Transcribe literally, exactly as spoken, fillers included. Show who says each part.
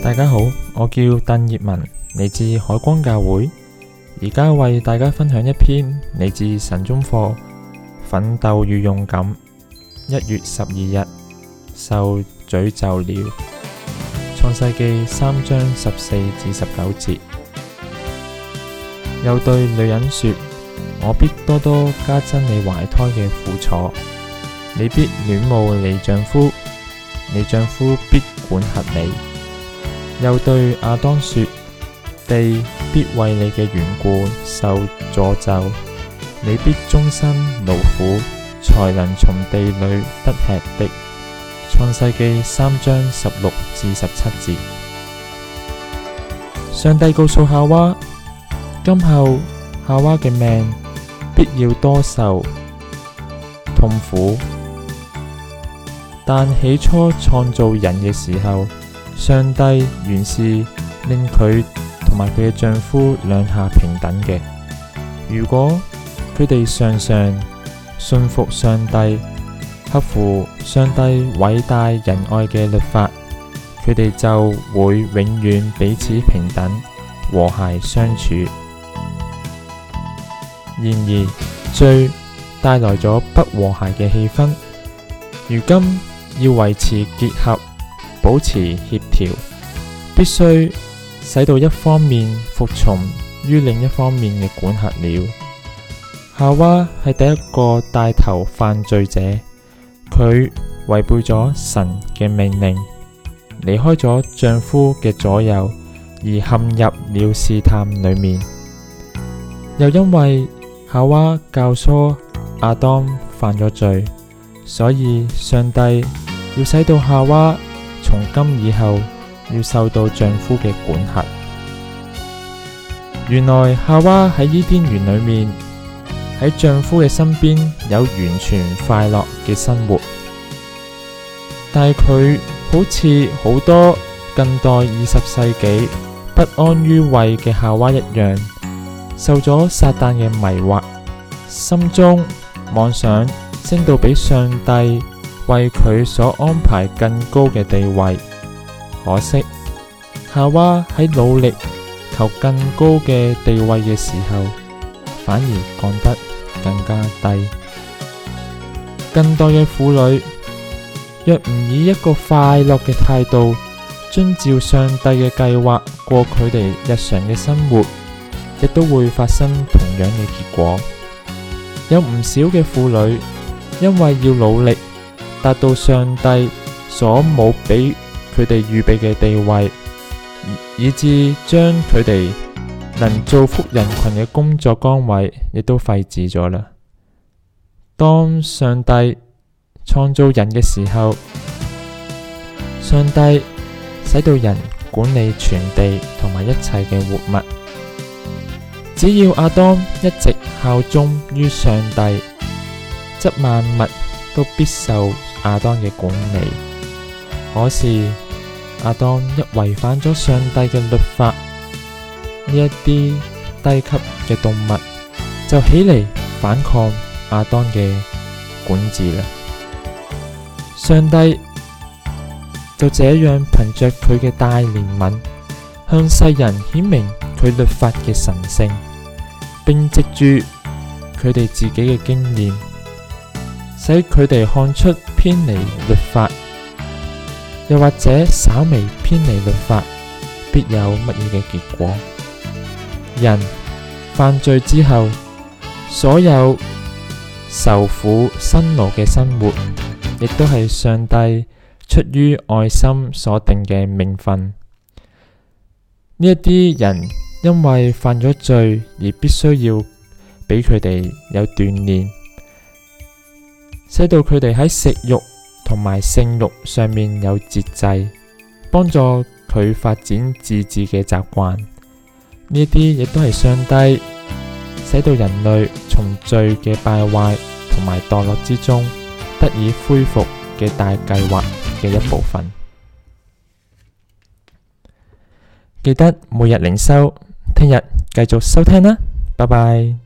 Speaker 1: 大家好，我叫鄧業文，嚟自海光教會，而家為大家分享一篇嚟自神中課《奮鬥與勇敢》。一月十二日，受詛咒了。創世記三章十四至十九節。又對女人說：我必多多加增你懷胎嘅苦楚，你必戀慕你丈夫，你丈夫必管轄你。又對亞當說：地必為你嘅緣故受詛咒，你必終身勞苦，才能從地裏得吃的。創世記三章十六至十七節。上帝告訴夏娃，今後夏娃嘅命必要多受痛苦，但起初創造人嘅時候，上帝原是令佢同埋佢嘅丈夫兩下平等嘅。如果佢哋常常信服上帝，合乎上帝偉大仁愛嘅律法，佢哋就會永遠彼此平等，和諧相處。然而，罪帶來咗不和諧嘅氣氛。如今要維持結合，保持協調，必須使到一方面服從於另一方面嘅管轄了。夏娃係第一個帶頭犯罪者，佢違背咗神嘅命令，離開咗丈夫嘅左右，而陷入了試探裏面。又因為夏娃教唆亞當犯咗罪，所以上帝要使到夏娃從今以後要受到丈夫嘅管轄。原來夏娃喺伊甸園裏面，喺丈夫嘅身邊有完全快樂嘅生活，但係佢好似好多近代二十世紀不安於位嘅夏娃一樣，受咗撒旦嘅迷惑，心中妄想升到比上帝為佢所安排更高嘅地位。可惜夏娃喺努力求更高嘅地位嘅時候，反而降得更加低。近代嘅婦女若唔以一個快樂嘅態度遵照上帝嘅計劃過佢哋日常嘅生活，亦都會發生同樣嘅結果。有唔少嘅婦女因為要努力達到上帝所冇俾佢哋預備嘅地位，以致將佢哋能造福人群嘅工作崗位亦都廢止咗啦。當上帝創造人嘅時候，上帝使到人管理全地同埋一切嘅活物。只要亞當一直效忠於上帝，則萬物都必受亞當嘅管理。可是亞當一違反咗上帝嘅律法，呢一啲低級嘅動物就起嚟反抗亞當嘅管治啦。上帝就這樣憑着佢嘅大憐憫，向世人顯明佢律法嘅神聖，並藉住佢哋自己嘅經驗，使佢哋看出偏離律法，又或者稍微偏離律法，必有乜嘢嘅結果。人犯罪之後，所有受苦辛勞嘅生活，亦都係上帝出於愛心所定嘅命分。呢一啲人因為犯咗罪，而必須要俾佢哋有鍛煉，使到佢哋喺食慾同埋性慾上面有節制，幫助佢發展自治嘅習慣。呢啲亦都係上帝使到人類從罪嘅敗壞同埋墮落之中得以恢復嘅大計劃嘅一部分。記得每日靈修，聽日繼續收聽啦，拜拜。